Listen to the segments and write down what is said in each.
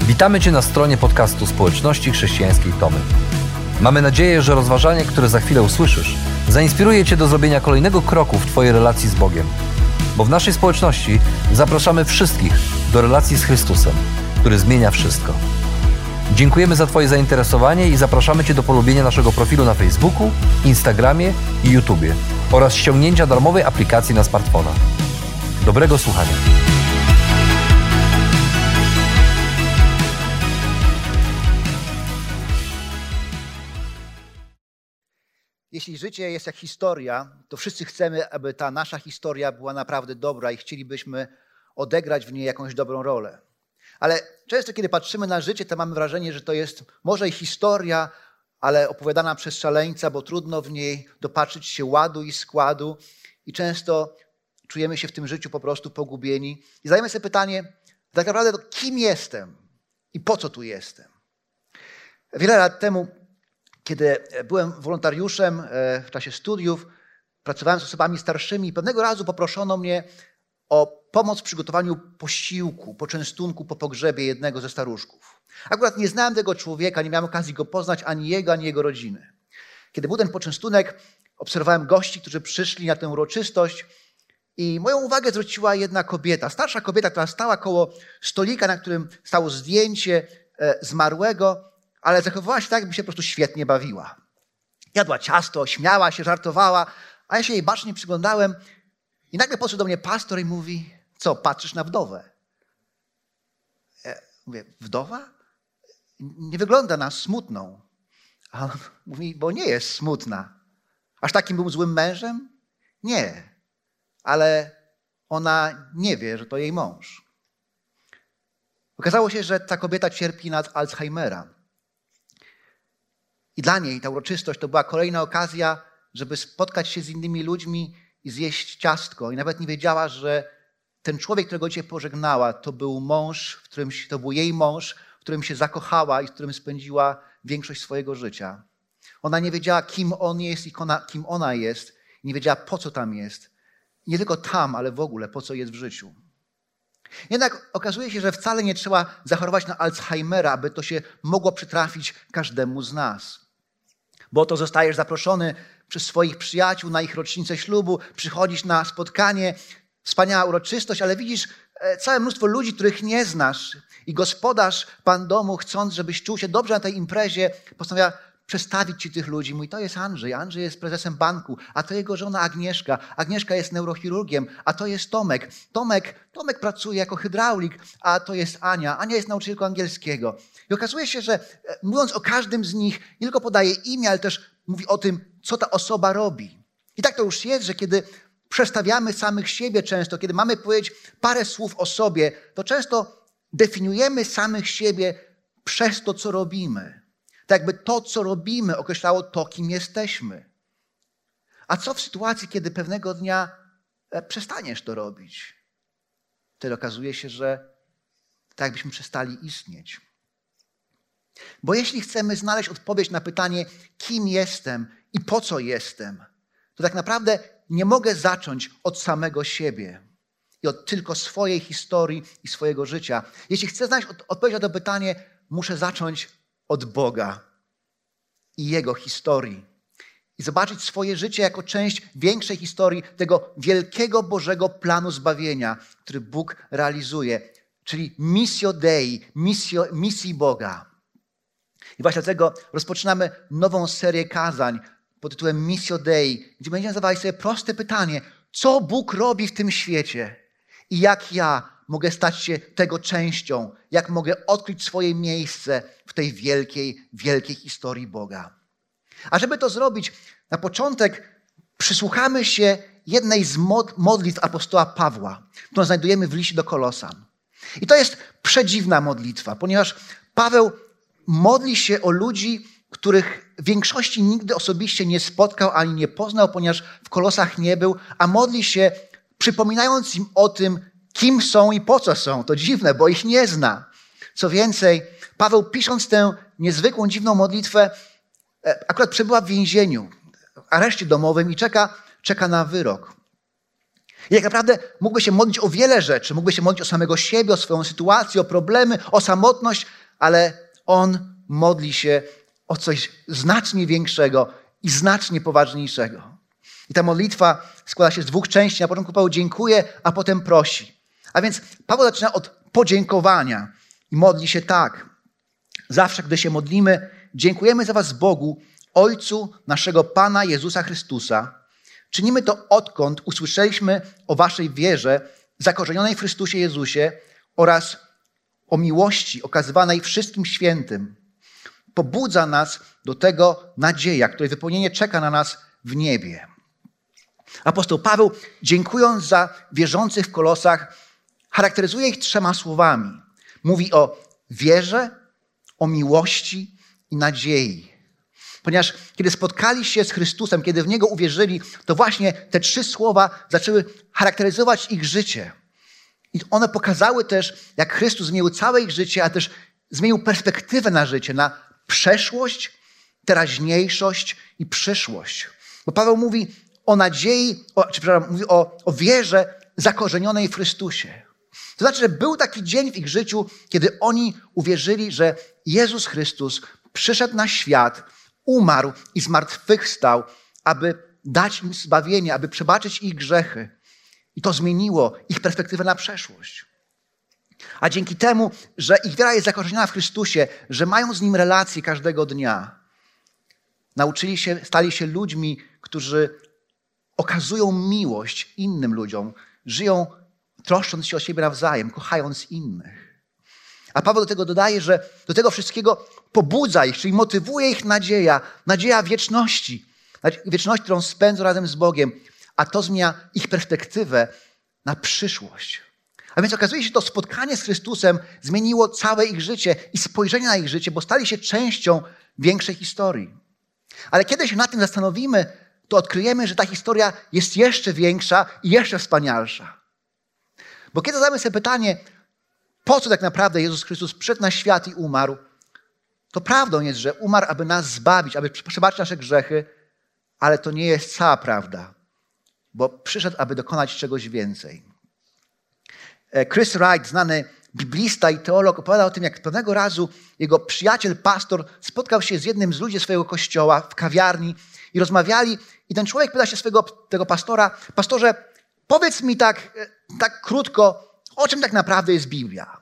Witamy Cię na stronie podcastu Społeczności Chrześcijańskiej Tomy. Mamy nadzieję, że rozważanie, które za chwilę usłyszysz, zainspiruje Cię do zrobienia kolejnego kroku w Twojej relacji z Bogiem. Bo w naszej społeczności zapraszamy wszystkich do relacji z Chrystusem, który zmienia wszystko. Dziękujemy za Twoje zainteresowanie i zapraszamy Cię do polubienia naszego profilu na Facebooku, Instagramie i YouTubie oraz ściągnięcia darmowej aplikacji na smartfona. Dobrego słuchania. Jeśli życie jest jak historia, to wszyscy chcemy, aby ta nasza historia była naprawdę dobra i chcielibyśmy odegrać w niej jakąś dobrą rolę. Ale często, kiedy patrzymy na życie, to mamy wrażenie, że to jest może i historia, ale opowiadana przez szaleńca, bo trudno w niej dopatrzyć się ładu i składu i często czujemy się w tym życiu po prostu pogubieni. I zadajemy sobie pytanie, tak naprawdę to kim jestem i po co tu jestem? Wiele lat temu, kiedy byłem wolontariuszem w czasie studiów, pracowałem z osobami starszymi. Pewnego razu poproszono mnie o pomoc w przygotowaniu posiłku, poczęstunku po pogrzebie jednego ze staruszków. Akurat nie znałem tego człowieka, nie miałem okazji go poznać, ani jego rodziny. Kiedy był ten poczęstunek, obserwowałem gości, którzy przyszli na tę uroczystość i moją uwagę zwróciła jedna kobieta, starsza kobieta, która stała koło stolika, na którym stało zdjęcie zmarłego, ale zachowywała się tak, jakby się po prostu świetnie bawiła. Jadła ciasto, śmiała się, żartowała, a ja się jej bacznie przyglądałem i nagle podszedł do mnie pastor i mówi, co, patrzysz na wdowę? Mówię, wdowa? Nie wygląda na smutną. A on mówi, bo nie jest smutna. Aż takim był złym mężem? Nie. Ale ona nie wie, że to jej mąż. Okazało się, że ta kobieta cierpi na Alzheimera. I dla niej ta uroczystość to była kolejna okazja, żeby spotkać się z innymi ludźmi i zjeść ciastko. I nawet nie wiedziała, że ten człowiek, którego dzisiaj pożegnała, to był mąż, to był jej mąż, w którym się zakochała i z którym spędziła większość swojego życia. Ona nie wiedziała, kim on jest i kim ona jest. Nie wiedziała, po co tam jest. Nie tylko tam, ale w ogóle, po co jest w życiu. Jednak okazuje się, że wcale nie trzeba zachorować na Alzheimera, aby to się mogło przytrafić każdemu z nas. Bo to zostajesz zaproszony przez swoich przyjaciół na ich rocznicę ślubu, przychodzisz na spotkanie, wspaniała uroczystość, ale widzisz całe mnóstwo ludzi, których nie znasz i gospodarz, pan domu, chcąc, żebyś czuł się dobrze na tej imprezie, postanawia przedstawić ci tych ludzi. Mówi, to jest Andrzej, Andrzej jest prezesem banku, a to jego żona Agnieszka, Agnieszka jest neurochirurgiem, a to jest Tomek, Tomek pracuje jako hydraulik, a to jest Ania, Ania jest nauczycielką angielskiego. I okazuje się, że mówiąc o każdym z nich, nie tylko podaje imię, ale też mówi o tym, co ta osoba robi. I tak to już jest, że kiedy przestawiamy samych siebie często, kiedy mamy powiedzieć parę słów o sobie, to często definiujemy samych siebie przez to, co robimy. Tak jakby to, co robimy, określało to, kim jesteśmy. A co w sytuacji, kiedy pewnego dnia przestaniesz to robić? Wtedy okazuje się, że tak jakbyśmy przestali istnieć. Bo jeśli chcemy znaleźć odpowiedź na pytanie, kim jestem i po co jestem, to tak naprawdę nie mogę zacząć od samego siebie i od tylko swojej historii i swojego życia. Jeśli chcę znaleźć odpowiedź na to pytanie, muszę zacząć od Boga i Jego historii. I zobaczyć swoje życie jako część większej historii tego wielkiego Bożego planu zbawienia, który Bóg realizuje. Czyli Missio Dei, misji Boga. I właśnie dlatego rozpoczynamy nową serię kazań pod tytułem Missio Dei, gdzie będziemy zadawali sobie proste pytanie, co Bóg robi w tym świecie i jak ja mogę stać się tego częścią, jak mogę odkryć swoje miejsce w tej wielkiej, wielkiej historii Boga. A żeby to zrobić, na początek przysłuchamy się jednej z modlitw apostoła Pawła, którą znajdujemy w liście do Kolosan. I to jest przedziwna modlitwa, ponieważ Paweł modli się o ludzi, których w większości nigdy osobiście nie spotkał ani nie poznał, ponieważ w Kolosach nie był, a modli się przypominając im o tym, kim są i po co są. To dziwne, bo ich nie zna. Co więcej, Paweł pisząc tę niezwykłą, dziwną modlitwę, akurat przebywa w więzieniu, w areszcie domowym i czeka na wyrok. I tak naprawdę mógłby się modlić o wiele rzeczy. Mógłby się modlić o samego siebie, o swoją sytuację, o problemy, o samotność, ale on modli się o coś znacznie większego i znacznie poważniejszego. I ta modlitwa składa się z 2 części. Na początku Paweł dziękuje, a potem prosi. A więc Paweł zaczyna od podziękowania i modli się tak. Zawsze, gdy się modlimy, dziękujemy za was Bogu, Ojcu naszego Pana Jezusa Chrystusa. Czynimy to odkąd usłyszeliśmy o waszej wierze zakorzenionej w Chrystusie Jezusie oraz o miłości okazywanej wszystkim świętym. Pobudza nas do tego nadzieja, której wypełnienie czeka na nas w niebie. Apostoł Paweł, dziękując za wierzących w Kolosach, charakteryzuje ich 3 słowami. Mówi o wierze, o miłości i nadziei. Ponieważ kiedy spotkali się z Chrystusem, kiedy w Niego uwierzyli, to właśnie te 3 słowa zaczęły charakteryzować ich życie. I one pokazały też, jak Chrystus zmienił całe ich życie, a też zmienił perspektywę na życie, na przeszłość, teraźniejszość i przyszłość. Bo Paweł mówi o nadziei, mówi o wierze zakorzenionej w Chrystusie. To znaczy, że był taki dzień w ich życiu, kiedy oni uwierzyli, że Jezus Chrystus przyszedł na świat, umarł i zmartwychwstał, aby dać im zbawienie, aby przebaczyć ich grzechy. I to zmieniło ich perspektywę na przeszłość. A dzięki temu, że ich wiara jest zakorzeniona w Chrystusie, że mają z Nim relacje każdego dnia, stali się ludźmi, którzy okazują miłość innym ludziom, żyją troszcząc się o siebie nawzajem, kochając innych. A Paweł do tego dodaje, że do tego wszystkiego pobudza ich, czyli motywuje ich nadzieja wieczności, którą spędzą razem z Bogiem, a to zmienia ich perspektywę na przyszłość. A więc okazuje się, że to spotkanie z Chrystusem zmieniło całe ich życie i spojrzenie na ich życie, bo stali się częścią większej historii. Ale kiedy się nad tym zastanowimy, to odkryjemy, że ta historia jest jeszcze większa i jeszcze wspanialsza. Bo kiedy zadamy sobie pytanie, po co tak naprawdę Jezus Chrystus przyszedł na świat i umarł, to prawdą jest, że umarł, aby nas zbawić, aby przebaczyć nasze grzechy, ale to nie jest cała prawda, bo przyszedł, aby dokonać czegoś więcej. Chris Wright, znany biblista i teolog, opowiada o tym, jak pewnego razu jego przyjaciel, pastor, spotkał się z jednym z ludzi swojego kościoła w kawiarni i rozmawiali. I ten człowiek pyta się tego pastora, pastorze, powiedz mi tak krótko, o czym tak naprawdę jest Biblia?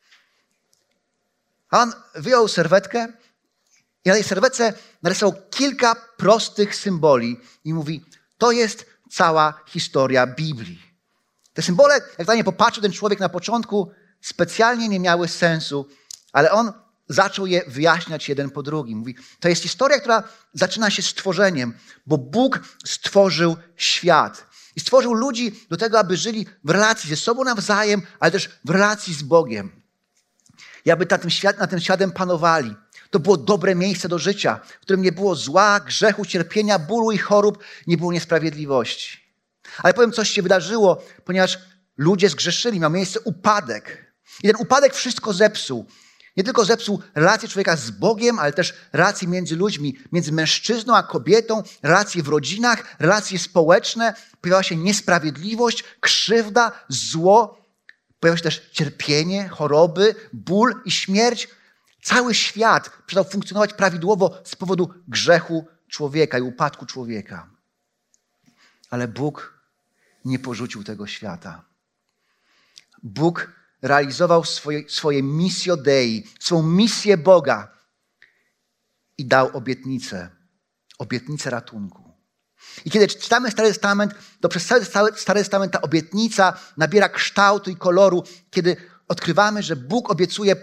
A on wyjął serwetkę i na tej serwetce narysował kilka prostych symboli i mówi, to jest cała historia Biblii. Te symbole, jak na nie popatrzył ten człowiek na początku, specjalnie nie miały sensu, ale on zaczął je wyjaśniać jeden po drugim. Mówi, to jest historia, która zaczyna się stworzeniem, bo Bóg stworzył świat. I stworzył ludzi do tego, aby żyli w relacji ze sobą nawzajem, ale też w relacji z Bogiem. I aby nad tym światem panowali. To było dobre miejsce do życia, w którym nie było zła, grzechu, cierpienia, bólu i chorób, nie było niesprawiedliwości. Ale powiem, coś się wydarzyło, ponieważ ludzie zgrzeszyli, miał miejsce upadek. I ten upadek wszystko zepsuł. Nie tylko zepsuł relacje człowieka z Bogiem, ale też relacje między ludźmi, między mężczyzną a kobietą, relacje w rodzinach, relacje społeczne. Pojawiła się niesprawiedliwość, krzywda, zło. Pojawiło się też cierpienie, choroby, ból i śmierć. Cały świat przestał funkcjonować prawidłowo z powodu grzechu człowieka i upadku człowieka. Ale Bóg nie porzucił tego świata. Bóg realizował swoje missio Dei, swoją misję Boga i dał obietnicę ratunku. I kiedy czytamy Stary Testament, to przez cały Stary Testament ta obietnica nabiera kształtu i koloru, kiedy odkrywamy, że Bóg obiecuje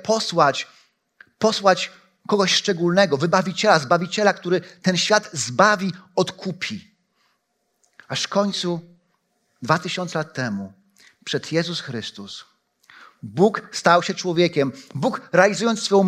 posłać kogoś szczególnego, wybawiciela, zbawiciela, który ten świat zbawi, odkupi. Aż w końcu 2000 lat temu przed Jezus Chrystus Bóg stał się człowiekiem. Bóg, realizując swoją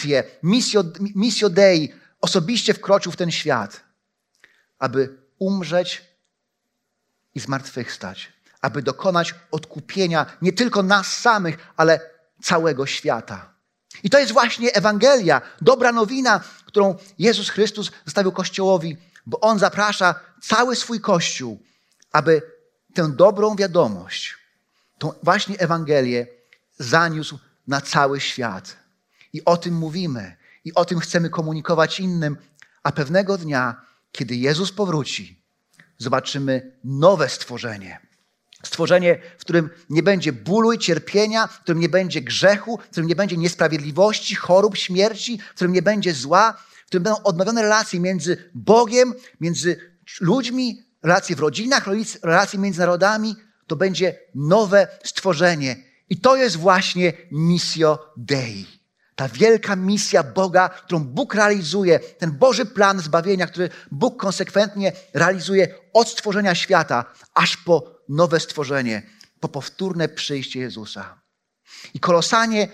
missio Dei, osobiście wkroczył w ten świat, aby umrzeć i zmartwychwstać, aby dokonać odkupienia nie tylko nas samych, ale całego świata. I to jest właśnie Ewangelia, dobra nowina, którą Jezus Chrystus zostawił Kościołowi, bo On zaprasza cały swój Kościół, aby tę dobrą wiadomość, tą właśnie Ewangelię zaniósł na cały świat. I o tym mówimy. I o tym chcemy komunikować innym. A pewnego dnia, kiedy Jezus powróci, zobaczymy nowe stworzenie. Stworzenie, w którym nie będzie bólu i cierpienia, w którym nie będzie grzechu, w którym nie będzie niesprawiedliwości, chorób, śmierci, w którym nie będzie zła, w którym będą odnowione relacje między Bogiem, między ludźmi, relacje w rodzinach, relacje między narodami. To będzie nowe stworzenie. I to jest właśnie Missio Dei. Ta wielka misja Boga, którą Bóg realizuje, ten Boży plan zbawienia, który Bóg konsekwentnie realizuje od stworzenia świata, aż po nowe stworzenie, po powtórne przyjście Jezusa. I Kolosanie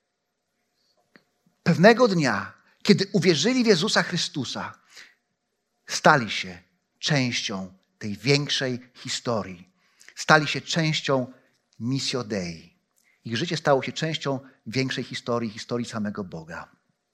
pewnego dnia, kiedy uwierzyli w Jezusa Chrystusa, stali się częścią tej większej historii. Stali się częścią Missio Dei. Ich życie stało się częścią większej historii samego Boga.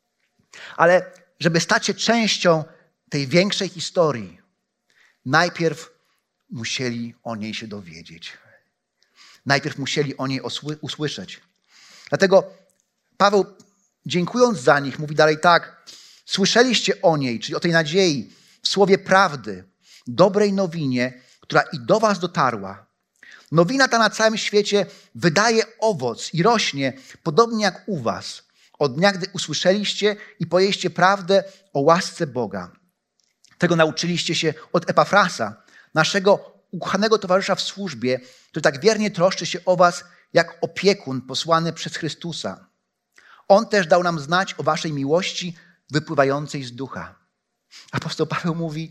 Ale żeby stać się częścią tej większej historii, najpierw musieli o niej się dowiedzieć. Najpierw musieli o niej usłyszeć. Dlatego Paweł, dziękując za nich, mówi dalej tak: słyszeliście o niej, czyli o tej nadziei, w słowie prawdy, dobrej nowinie, która i do was dotarła. Nowina ta na całym świecie wydaje owoc i rośnie, podobnie jak u was, od dnia, gdy usłyszeliście i pojęliście prawdę o łasce Boga. Tego nauczyliście się od Epafrasa, naszego ukochanego towarzysza w służbie, który tak wiernie troszczy się o was, jak opiekun posłany przez Chrystusa. On też dał nam znać o waszej miłości wypływającej z ducha. Apostoł Paweł mówi: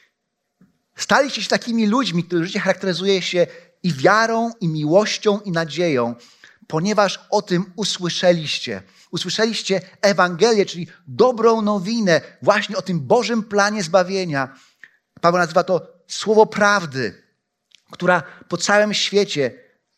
staliście się takimi ludźmi, których życie charakteryzuje się i wiarą, i miłością, i nadzieją, ponieważ o tym usłyszeliście. Usłyszeliście Ewangelię, czyli dobrą nowinę, właśnie o tym Bożym planie zbawienia. Paweł nazywa to słowo prawdy, która po całym świecie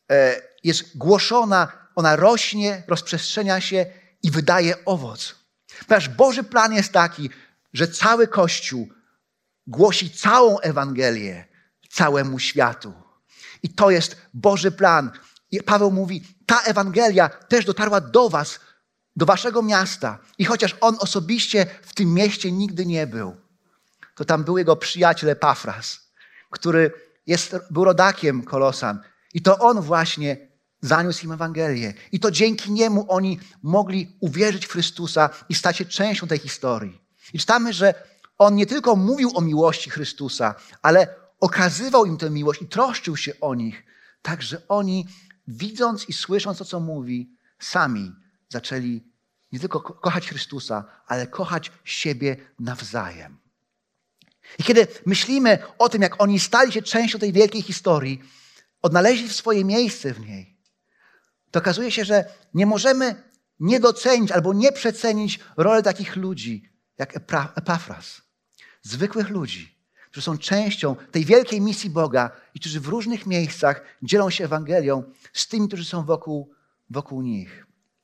jest głoszona, ona rośnie, rozprzestrzenia się i wydaje owoc. Ponieważ Boży plan jest taki, że cały Kościół głosi całą Ewangelię całemu światu. I to jest Boży plan. I Paweł mówi, ta Ewangelia też dotarła do was, do waszego miasta. I chociaż on osobiście w tym mieście nigdy nie był, to tam był jego przyjaciel Epafras, który był rodakiem Kolosan. I to on właśnie zaniósł im Ewangelię. I to dzięki niemu oni mogli uwierzyć w Chrystusa i stać się częścią tej historii. I czytamy, że on nie tylko mówił o miłości Chrystusa, ale okazywał im tę miłość i troszczył się o nich. Tak, że oni, widząc i słysząc to, co mówi, sami zaczęli nie tylko kochać Chrystusa, ale kochać siebie nawzajem. I kiedy myślimy o tym, jak oni stali się częścią tej wielkiej historii, odnaleźli swoje miejsce w niej, to okazuje się, że nie możemy nie docenić albo nie przecenić roli takich ludzi jak Epafras. Zwykłych ludzi, którzy są częścią tej wielkiej misji Boga i którzy w różnych miejscach dzielą się Ewangelią z tymi, którzy są wokół nich.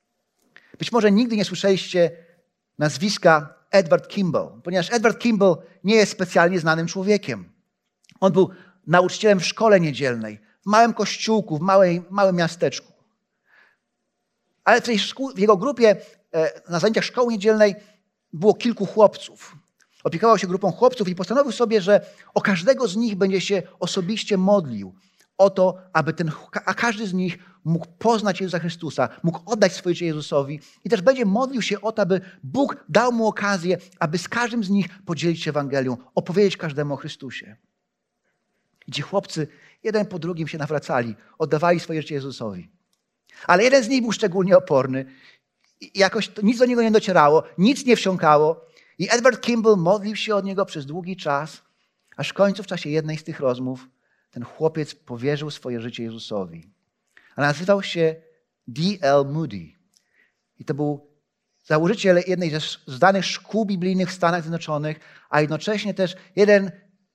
Być może nigdy nie słyszeliście nazwiska Edward Kimball, ponieważ Edward Kimball nie jest specjalnie znanym człowiekiem. On był nauczycielem w szkole niedzielnej, w małym kościółku, w małym miasteczku. Ale w jego grupie, na zajęciach szkoły niedzielnej, było kilku chłopców. Opiekował się grupą chłopców i postanowił sobie, że o każdego z nich będzie się osobiście modlił o to, aby każdy z nich mógł poznać Jezusa Chrystusa, mógł oddać swoje życie Jezusowi i też będzie modlił się o to, aby Bóg dał mu okazję, aby z każdym z nich podzielić się Ewangelią, opowiedzieć każdemu o Chrystusie. I ci chłopcy jeden po drugim się nawracali, oddawali swoje życie Jezusowi. Ale jeden z nich był szczególnie oporny i jakoś nic do niego nie docierało, nic nie wsiąkało. I Edward Kimball modlił się od niego przez długi czas, aż w końcu w czasie jednej z tych rozmów ten chłopiec powierzył swoje życie Jezusowi. A nazywał się D.L. Moody. I to był założyciel jednej ze znanych szkół biblijnych w Stanach Zjednoczonych, a jednocześnie też jeden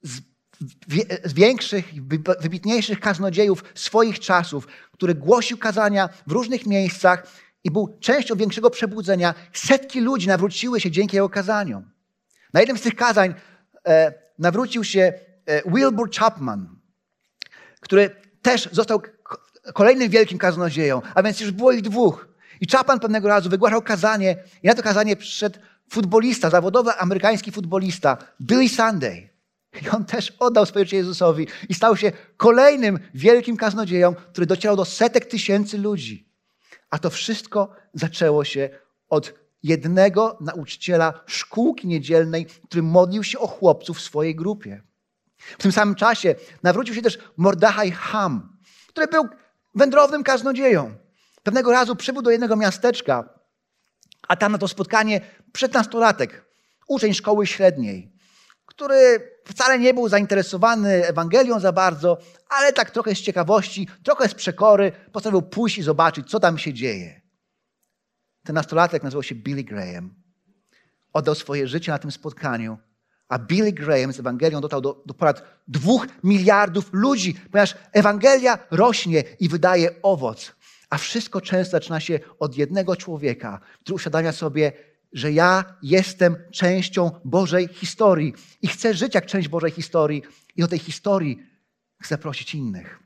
z większych, wybitniejszych kaznodziejów swoich czasów, który głosił kazania w różnych miejscach i był częścią większego przebudzenia. Setki ludzi nawróciły się dzięki jego kazaniom. Na jednym z tych kazań nawrócił się Wilbur Chapman, który też został kolejnym wielkim kaznodzieją, a więc już było ich dwóch. I Chapman pewnego razu wygłaszał kazanie i na to kazanie przyszedł futbolista, zawodowy amerykański futbolista, Billy Sunday. I on też oddał swoje życie Jezusowi i stał się kolejnym wielkim kaznodzieją, który docierał do setek tysięcy ludzi. A to wszystko zaczęło się od jednego nauczyciela szkółki niedzielnej, który modlił się o chłopców w swojej grupie. W tym samym czasie nawrócił się też Mordechaj Ham, który był wędrownym kaznodzieją. Pewnego razu przybył do jednego miasteczka, a tam na to spotkanie przyszedł nastolatek, uczeń szkoły średniej, który wcale nie był zainteresowany Ewangelią za bardzo, ale tak trochę z ciekawości, trochę z przekory postanowił pójść i zobaczyć, co tam się dzieje. Ten nastolatek nazywał się Billy Graham. Oddał swoje życie na tym spotkaniu, a Billy Graham z Ewangelią dotarł do ponad 2 miliardów ludzi, ponieważ Ewangelia rośnie i wydaje owoc. A wszystko często zaczyna się od jednego człowieka, który uświadamia sobie, że ja jestem częścią Bożej historii i chcę żyć jak część Bożej historii i do tej historii chcę zaprosić innych.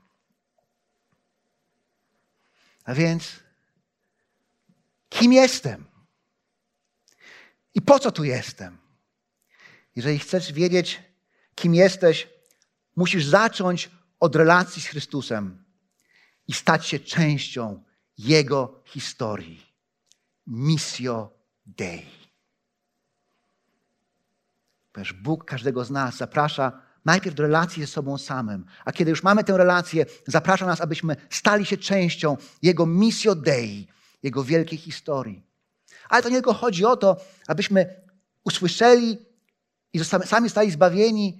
A więc kim jestem? I po co tu jestem? Jeżeli chcesz wiedzieć, kim jesteś, musisz zacząć od relacji z Chrystusem i stać się częścią Jego historii. Missio Dei. Ponieważ Bóg każdego z nas zaprasza najpierw do relacji ze sobą samym, a kiedy już mamy tę relację, zaprasza nas, abyśmy stali się częścią Jego Missio Dei, Jego wielkiej historii. Ale to nie tylko chodzi o to, abyśmy usłyszeli i sami stali zbawieni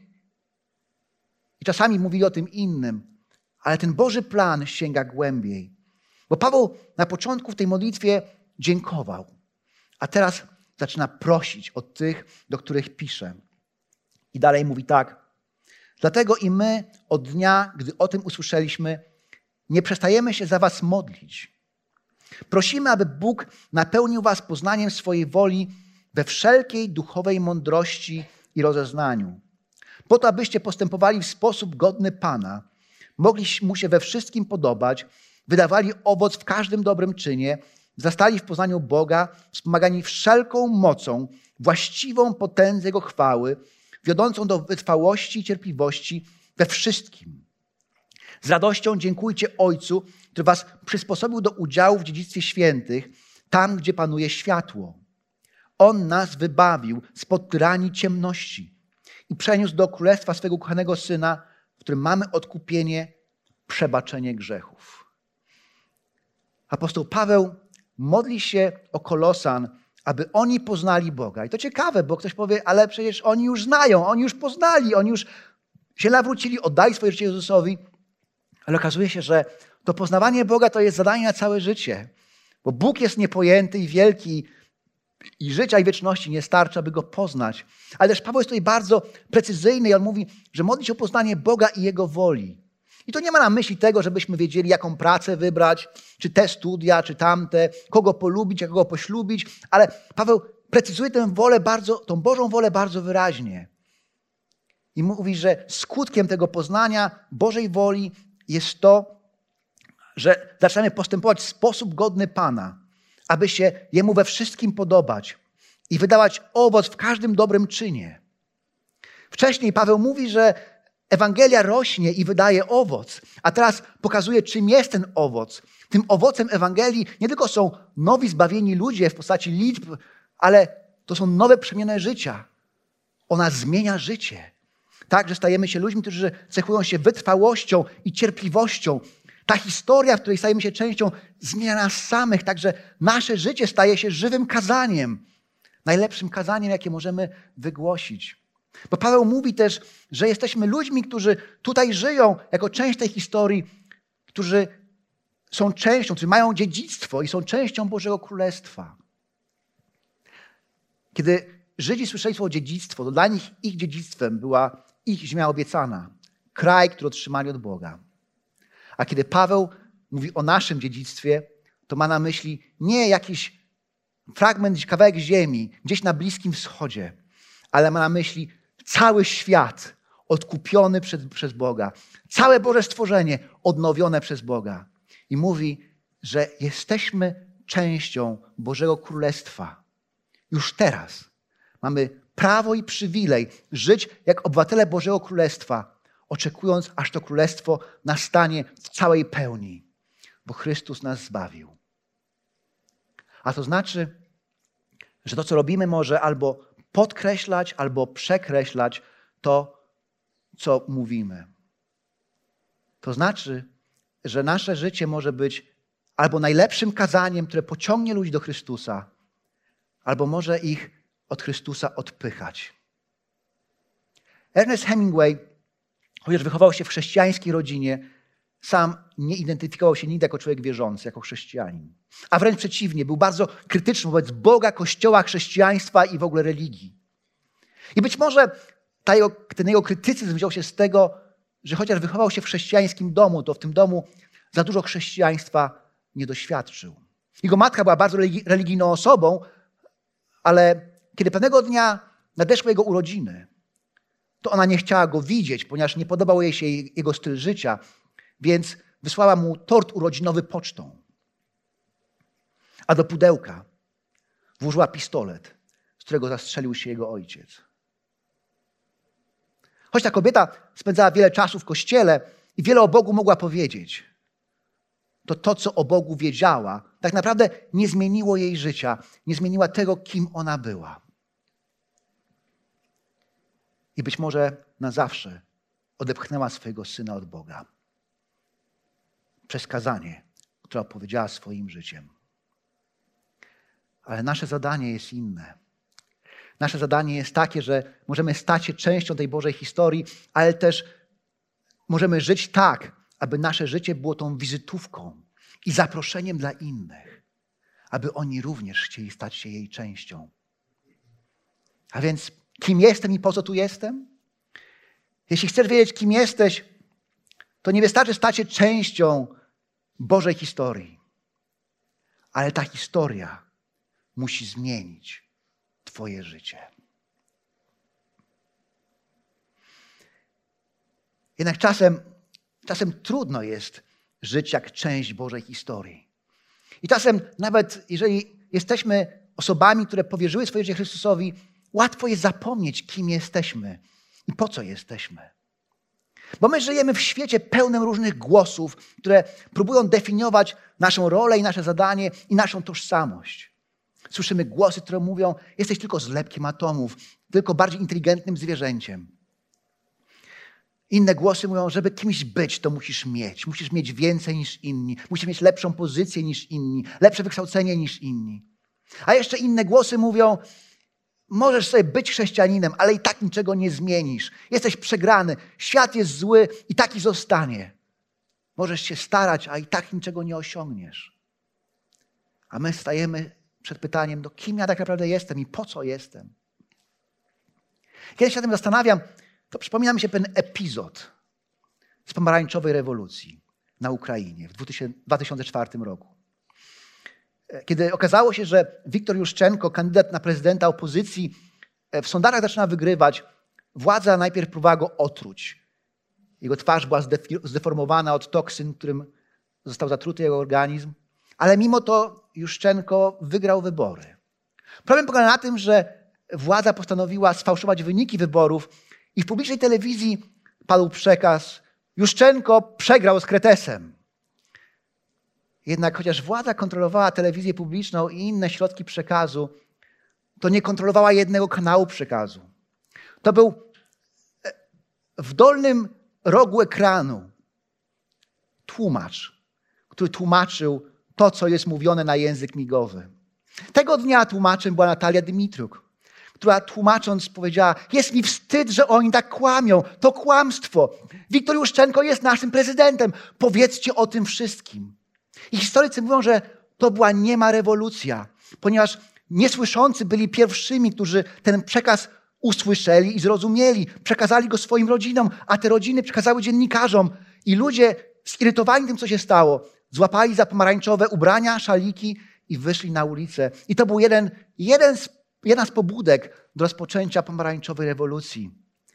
i czasami mówili o tym innym, ale ten Boży plan sięga głębiej. Bo Paweł na początku w tej modlitwie dziękował, a teraz zaczyna prosić od tych, do których pisze. I dalej mówi tak. Dlatego i my od dnia, gdy o tym usłyszeliśmy, nie przestajemy się za was modlić. Prosimy, aby Bóg napełnił was poznaniem swojej woli we wszelkiej duchowej mądrości i rozeznaniu. Po to, abyście postępowali w sposób godny Pana, mogli mu się we wszystkim podobać, wydawali owoc w każdym dobrym czynie, wzrastali w poznaniu Boga, wspomagani wszelką mocą, właściwą potędze Jego chwały, wiodącą do wytrwałości i cierpliwości we wszystkim. Z radością dziękujcie Ojcu, który was przysposobił do udziału w dziedzictwie świętych, tam, gdzie panuje światło. On nas wybawił spod tyranii ciemności i przeniósł do królestwa swego ukochanego Syna, w którym mamy odkupienie, przebaczenie grzechów. Apostoł Paweł modli się o Kolosan, aby oni poznali Boga. I to ciekawe, bo ktoś powie, ale przecież oni już znają, oni już poznali, oni już się nawrócili, oddali swoje życie Jezusowi. Ale okazuje się, że to poznawanie Boga to jest zadanie na całe życie. Bo Bóg jest niepojęty i wielki i życia i wieczności nie starczy, aby Go poznać. Ale też Paweł jest tutaj bardzo precyzyjny i on mówi, że modli się o poznanie Boga i Jego woli. I to nie ma na myśli tego, żebyśmy wiedzieli, jaką pracę wybrać, czy te studia, czy tamte, kogo polubić, a kogo poślubić, ale Paweł precyzuje tę wolę tą Bożą wolę bardzo wyraźnie. I mówi, że skutkiem tego poznania Bożej woli jest to, że zaczynamy postępować w sposób godny Pana, aby się Jemu we wszystkim podobać i wydawać owoc w każdym dobrym czynie. Wcześniej Paweł mówi, że Ewangelia rośnie i wydaje owoc, a teraz pokazuje, czym jest ten owoc. Tym owocem Ewangelii nie tylko są nowi zbawieni ludzie w postaci liczb, ale to są nowe przemienne życia. Ona zmienia życie. Tak, że stajemy się ludźmi, którzy cechują się wytrwałością i cierpliwością. Ta historia, w której stajemy się częścią, zmienia nas samych, tak że nasze życie staje się żywym kazaniem. Najlepszym kazaniem, jakie możemy wygłosić. Bo Paweł mówi też, że jesteśmy ludźmi, którzy tutaj żyją jako część tej historii, którzy są częścią, którzy mają dziedzictwo i są częścią Bożego Królestwa. Kiedy Żydzi słyszeli słowo dziedzictwo, to dla nich ich dziedzictwem była ich ziemia obiecana, kraj, który otrzymali od Boga. A kiedy Paweł mówi o naszym dziedzictwie, to ma na myśli nie jakiś fragment, kawałek ziemi, gdzieś na Bliskim Wschodzie, ale ma na myśli cały świat odkupiony przez Boga. Całe Boże stworzenie odnowione przez Boga. I mówi, że jesteśmy częścią Bożego Królestwa. Już teraz mamy prawo i przywilej żyć jak obywatele Bożego Królestwa, oczekując, aż to Królestwo nastanie w całej pełni, bo Chrystus nas zbawił. A to znaczy, że to, co robimy, może albo podkreślać, albo przekreślać to, co mówimy. To znaczy, że nasze życie może być albo najlepszym kazaniem, które pociągnie ludzi do Chrystusa, albo może ich od Chrystusa odpychać. Ernest Hemingway, chociaż wychował się w chrześcijańskiej rodzinie, sam nie identyfikował się nigdy jako człowiek wierzący, jako chrześcijanin. A wręcz przeciwnie, był bardzo krytyczny wobec Boga, Kościoła, chrześcijaństwa i w ogóle religii. I być może ten jego krytycyzm wziął się z tego, że chociaż wychował się w chrześcijańskim domu, to w tym domu za dużo chrześcijaństwa nie doświadczył. Jego matka była bardzo religijną osobą, ale kiedy pewnego dnia nadeszły jego urodziny, to ona nie chciała go widzieć, ponieważ nie podobał jej się jego styl życia, więc wysłała mu tort urodzinowy pocztą. A do pudełka włożyła pistolet, z którego zastrzelił się jego ojciec. Choć ta kobieta spędzała wiele czasu w kościele i wiele o Bogu mogła powiedzieć, to, co o Bogu wiedziała, tak naprawdę nie zmieniło jej życia, nie zmieniła tego, kim ona była. I być może na zawsze odepchnęła swojego syna od Boga. Przez kazanie, które opowiedziała swoim życiem. Ale nasze zadanie jest inne. Nasze zadanie jest takie, że możemy stać się częścią tej Bożej historii, ale też możemy żyć tak, aby nasze życie było tą wizytówką i zaproszeniem dla innych, aby oni również chcieli stać się jej częścią. A więc kim jestem i po co tu jestem? Jeśli chcesz wiedzieć, kim jesteś, to nie wystarczy stać się częścią Bożej historii. Ale ta historia musi zmienić twoje życie. Jednak czasem trudno jest żyć jak część Bożej historii. I czasem nawet jeżeli jesteśmy osobami, które powierzyły swoje życie Chrystusowi, łatwo jest zapomnieć, kim jesteśmy i po co jesteśmy. Bo my żyjemy w świecie pełnym różnych głosów, które próbują definiować naszą rolę i nasze zadanie i naszą tożsamość. Słyszymy głosy, które mówią, jesteś tylko zlepkiem atomów, tylko bardziej inteligentnym zwierzęciem. Inne głosy mówią, żeby kimś być, to musisz mieć więcej niż inni, musisz mieć lepszą pozycję niż inni, lepsze wykształcenie niż inni. A jeszcze inne głosy mówią, możesz sobie być chrześcijaninem, ale i tak niczego nie zmienisz. Jesteś przegrany, świat jest zły i taki zostanie. Możesz się starać, a i tak niczego nie osiągniesz. A my stajemy przed pytaniem, kim ja tak naprawdę jestem i po co jestem. Kiedy się nad tym zastanawiam, to przypomina mi się pewien epizod z pomarańczowej rewolucji na Ukrainie w 2004 roku. Kiedy okazało się, że Wiktor Juszczenko, kandydat na prezydenta opozycji, w sondażach zaczyna wygrywać, władza najpierw próbowała go otruć. Jego twarz była zdeformowana od toksyn, którym został zatruty jego organizm. Ale mimo to Juszczenko wygrał wybory. Problem polega na tym, że władza postanowiła sfałszować wyniki wyborów i w publicznej telewizji padł przekaz: Juszczenko przegrał z Kretesem. Jednak chociaż władza kontrolowała telewizję publiczną i inne środki przekazu, to nie kontrolowała jednego kanału przekazu. To był w dolnym rogu ekranu tłumacz, który tłumaczył to, co jest mówione na język migowy. Tego dnia tłumaczem była Natalia Dymitruk, która tłumacząc powiedziała: jest mi wstyd, że oni tak kłamią. To kłamstwo. Wiktor Juszczenko jest naszym prezydentem. Powiedzcie o tym wszystkim. I historycy mówią, że to była niema rewolucja, ponieważ niesłyszący byli pierwszymi, którzy ten przekaz usłyszeli i zrozumieli. Przekazali go swoim rodzinom, a te rodziny przekazały dziennikarzom. I ludzie zirytowani tym, co się stało, złapali za pomarańczowe ubrania, szaliki i wyszli na ulicę. I to był jedna z pobudek do rozpoczęcia pomarańczowej rewolucji.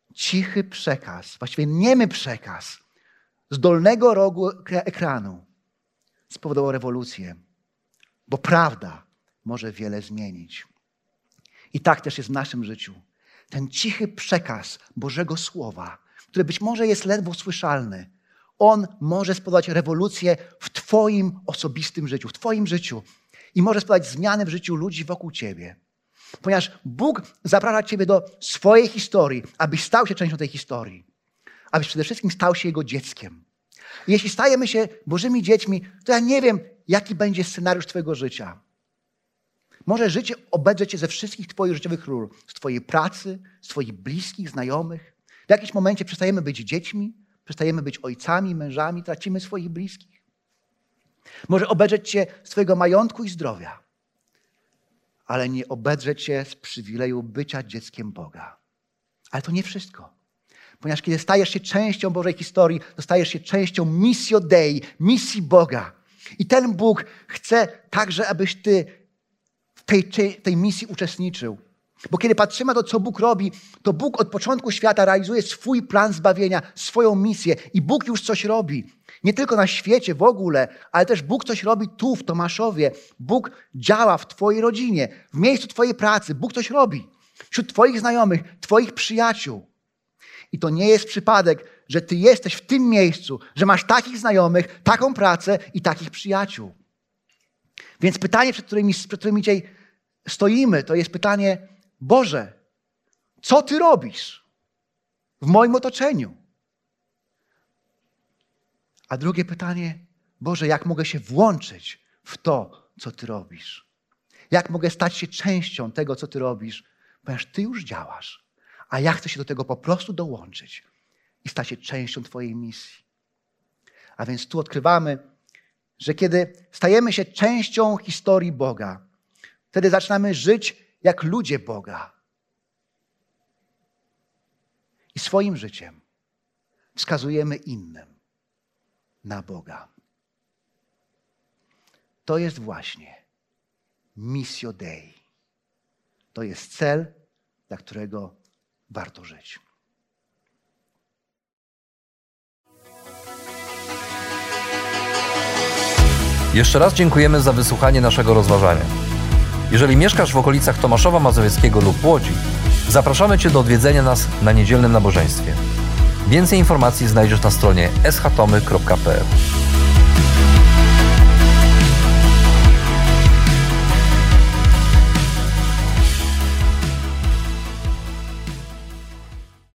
cichy przekaz, właściwie niemy przekaz z dolnego rogu ekranu spowodował rewolucję, bo prawda może wiele zmienić. I tak też jest w naszym życiu. Ten cichy przekaz Bożego Słowa, który być może jest ledwo słyszalny, on może spowodować rewolucję w Twoim osobistym życiu, w Twoim życiu i może spowodować zmiany w życiu ludzi wokół Ciebie. Ponieważ Bóg zaprasza Ciebie do swojej historii, abyś stał się częścią tej historii. Abyś przede wszystkim stał się Jego dzieckiem. I jeśli stajemy się Bożymi dziećmi, to ja nie wiem, jaki będzie scenariusz Twojego życia. Może życie obedrze Cię ze wszystkich Twoich życiowych ról. Z Twojej pracy, z Twoich bliskich, znajomych. W jakimś momencie przestajemy być dziećmi, przestajemy być ojcami, mężami, tracimy swoich bliskich. Może obedrzeć Cię z Twojego majątku i zdrowia, ale nie obedrze Cię z przywileju bycia dzieckiem Boga. Ale to nie wszystko. Ponieważ kiedy stajesz się częścią Bożej historii, to stajesz się częścią missio Dei, misji Boga. I ten Bóg chce także, abyś Ty w tej misji uczestniczył. Bo kiedy patrzymy na to, co Bóg robi, to Bóg od początku świata realizuje swój plan zbawienia, swoją misję. I Bóg już coś robi. Nie tylko na świecie w ogóle, ale też Bóg coś robi tu, w Tomaszowie. Bóg działa w Twojej rodzinie, w miejscu Twojej pracy. Bóg coś robi. Wśród Twoich znajomych, Twoich przyjaciół. I to nie jest przypadek, że Ty jesteś w tym miejscu, że masz takich znajomych, taką pracę i takich przyjaciół. Więc pytanie, przed którymi dzisiaj stoimy, to jest pytanie: Boże, co Ty robisz w moim otoczeniu? A drugie pytanie: Boże, jak mogę się włączyć w to, co Ty robisz? Jak mogę stać się częścią tego, co Ty robisz? Ponieważ Ty już działasz, a ja chcę się do tego po prostu dołączyć i stać się częścią Twojej misji. A więc tu odkrywamy, że kiedy stajemy się częścią historii Boga, wtedy zaczynamy żyć jak ludzie Boga. I swoim życiem wskazujemy innym na Boga. To jest właśnie missio Dei. To jest cel, dla którego warto żyć. Jeszcze raz dziękujemy za wysłuchanie naszego rozważania. Jeżeli mieszkasz w okolicach Tomaszowa Mazowieckiego lub Łodzi, zapraszamy Cię do odwiedzenia nas na niedzielnym nabożeństwie. Więcej informacji znajdziesz na stronie schtomy.pl.